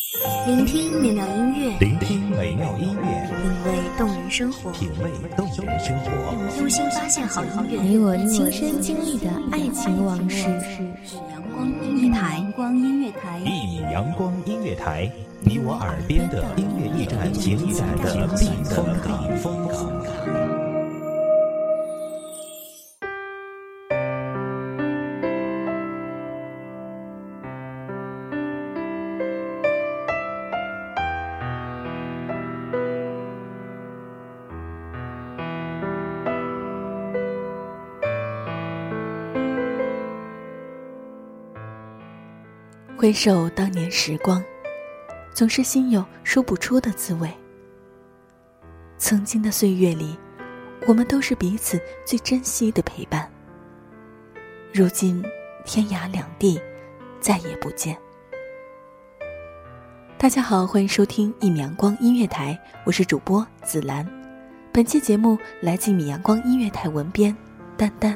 聆听美妙音乐， 聆听美妙音乐， 品味动人生活， 品味动人生活， 用心发现好音乐， 你我亲身经历的爱情往事。 阳光音乐台，阳光音乐台， 一米阳光音乐台，你我耳边的音乐驿站，情感的避风港。 回首当年时光，总是心有说不出的滋味。曾经的岁月里，我们都是彼此最珍惜的陪伴。如今天涯两地，再也不见。大家好，欢迎收听一米阳光音乐台，我是主播紫兰。本期节目来自一米阳光音乐台文编丹丹。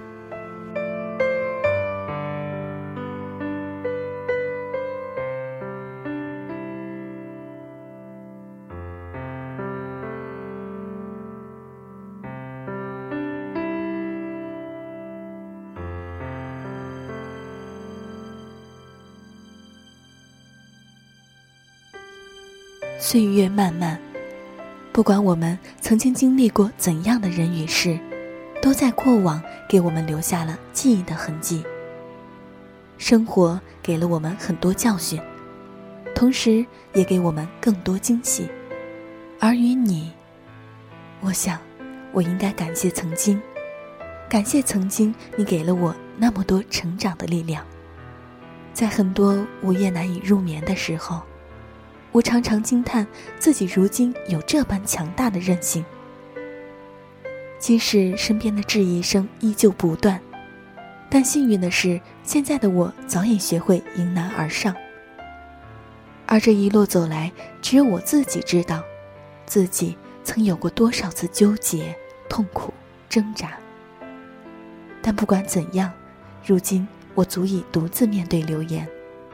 岁月漫漫，不管我们曾经经历过怎样的人与事，都在过往给我们留下了记忆的痕迹。生活给了我们很多教训，同时也给我们更多惊喜。而与你，我想我应该感谢曾经，感谢曾经你给了我那么多成长的力量。在很多午夜难以入眠的时候，我常常惊叹自己如今有这般强大的韧性。即使身边的质疑声依旧不断，但幸运的是，现在的我早已学会迎难而上。而这一路走来，只有我自己知道，自己曾有过多少次纠结、痛苦、挣扎。但不管怎样，如今我足以独自面对流言。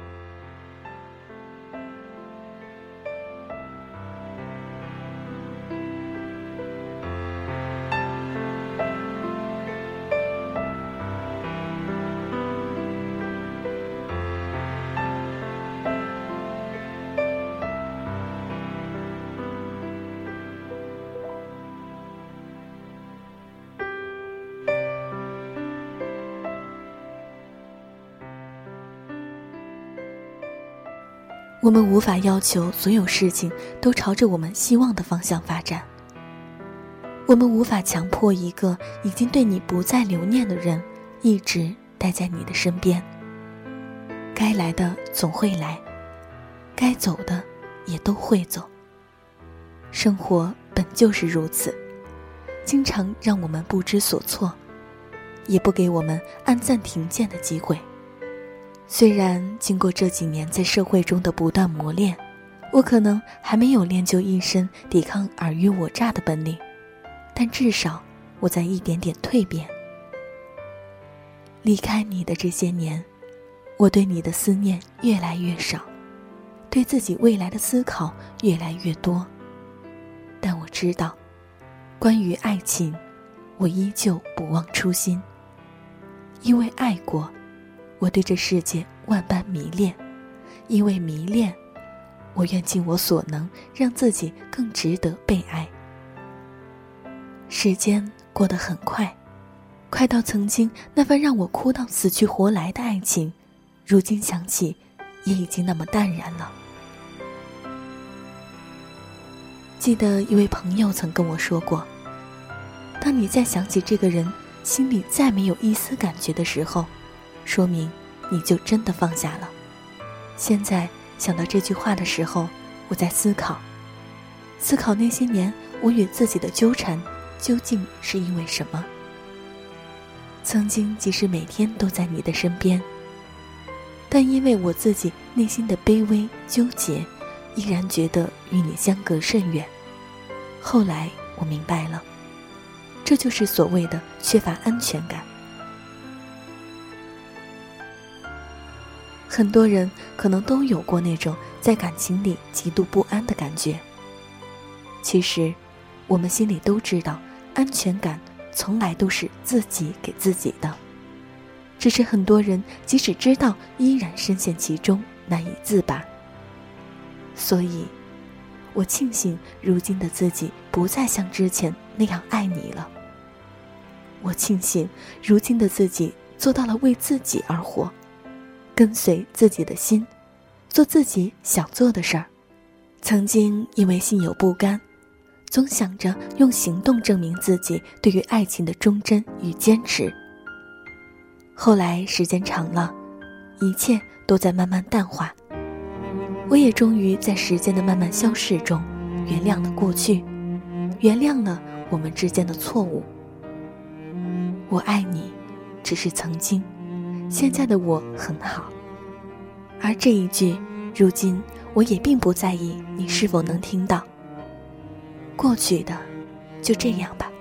我们无法要求所有事情都朝着我们希望的方向发展，我们无法强迫一个已经对你不再留念的人一直待在你的身边。该来的总会来，该走的也都会走。生活本就是如此，经常让我们不知所措，也不给我们按暂停键的机会。虽然经过这几年在社会中的不断磨练，我可能还没有练就一身抵抗尔虞我诈的本领，但至少我在一点点蜕变。离开你的这些年，我对你的思念越来越少，对自己未来的思考越来越多。但我知道，关于爱情，我依旧不忘初心。因为爱过，我对这世界万般迷恋，因为迷恋，我愿尽我所能让自己更值得被爱。时间过得很快，快到曾经那份让我哭到死去活来的爱情，如今想起也已经那么淡然了。记得一位朋友曾跟我说过，当你再想起这个人，心里再没有一丝感觉的时候，说明你就真的放下了。现在想到这句话的时候，我在思考那些年我与自己的纠缠究竟是因为什么。曾经即使每天都在你的身边，但因为我自己内心的卑微纠结，依然觉得与你相隔甚远。后来我明白了，这就是所谓的缺乏安全感。 很多人可能都有过那种在感情里极度不安的感觉。其实我们心里都知道，安全感从来都是自己给自己的，只是很多人即使知道，依然深陷其中，难以自拔。所以我庆幸如今的自己不再像之前那样爱你了。我庆幸如今的自己做到了为自己而活，跟随自己的心，做自己想做的事儿。曾经因为心有不甘，总想着用行动证明自己对于爱情的忠贞与坚持。后来时间长了，一切都在慢慢淡化，我也终于在时间的慢慢消逝中原谅了过去，原谅了我们之间的错误。我爱你只是曾经，现在的我很好。而这一句，如今我也并不在意你是否能听到。过去的就这样吧。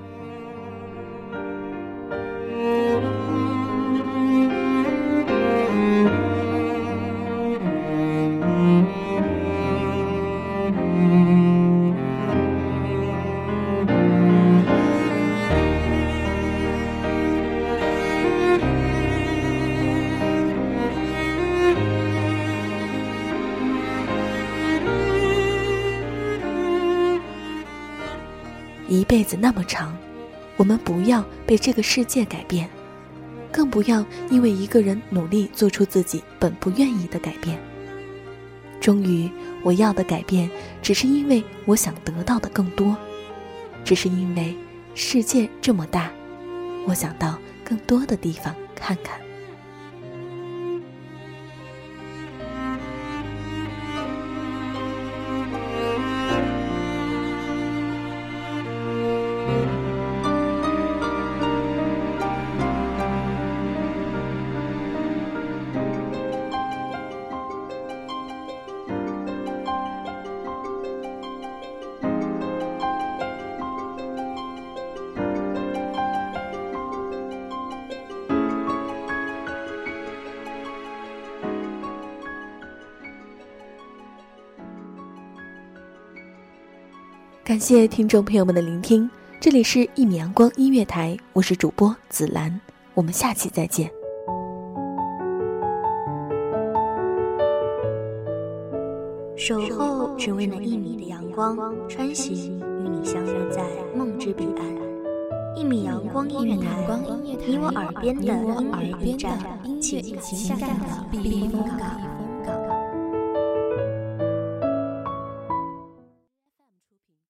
一辈子那么长，我们不要被这个世界改变，更不要因为一个人努力做出自己本不愿意的改变。终于，我要的改变，只是因为我想得到的更多，只是因为世界这么大，我想到更多的地方看看。感谢听众朋友们的聆听，这里是1米阳光音乐台，我是主播紫兰，我们下期再见。 守候只为那1米的阳光，穿行与你相约在梦之彼岸。1米阳光音乐台，你我耳边的音乐驿站，情感的避风港。